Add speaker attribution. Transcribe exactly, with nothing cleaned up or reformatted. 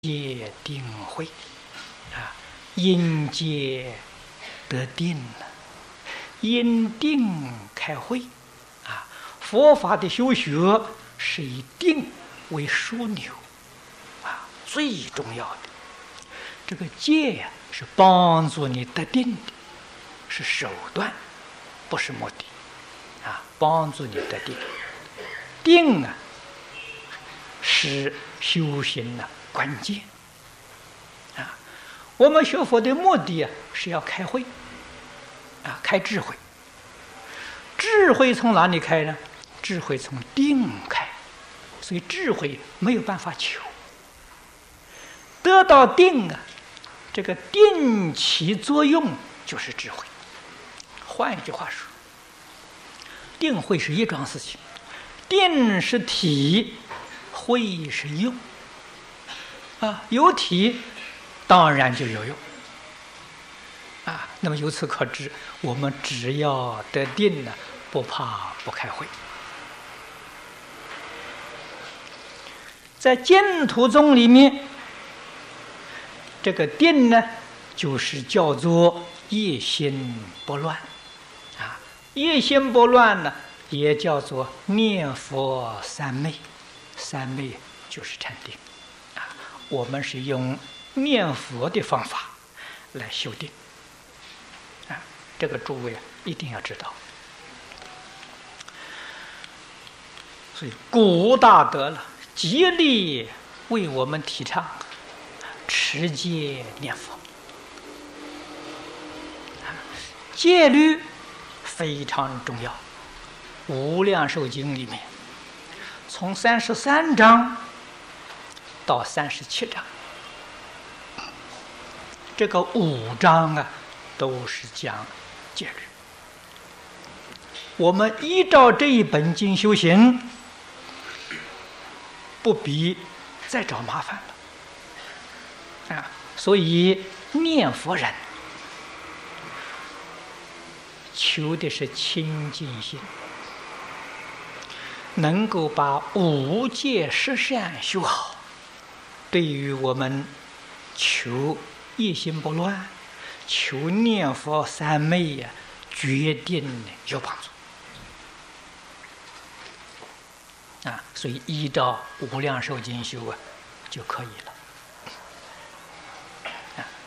Speaker 1: 戒定慧啊，因戒得定了，因定开慧啊。佛法的修学是以定为枢纽啊，最重要的。这个戒呀、啊，是帮助你得定的，是手段，不是目的啊，帮助你得定。定啊，是修行的关键啊！我们学佛的目的啊，是要开慧啊，开智慧。智慧从哪里开呢？智慧从定开，所以智慧没有办法求。得到定啊，这个定起作用就是智慧。换一句话说，定慧是一桩事情，定是体，慧是用啊，有体当然就有用啊。那么由此可知，我们只要得定了，不怕不开慧。在净土宗里面，这个定呢，就是叫做一心不乱啊。一心不乱呢，也叫做念佛三昧。三昧就是禅定啊，我们是用念佛的方法来修定啊，这个诸位一定要知道。所以古大德了，极力为我们提倡持戒念佛啊，戒律非常重要。无量寿经里面，从三十三章到三十七章，这个五章啊，都是讲戒律。我们依照这一本经修行，不必再找麻烦了啊！所以念佛人求的是清净心，能够把五戒十善修好，对于我们求一心不乱、求念佛三昧呀、啊，决定有帮助啊！所以依照无量寿经修啊，就可以了。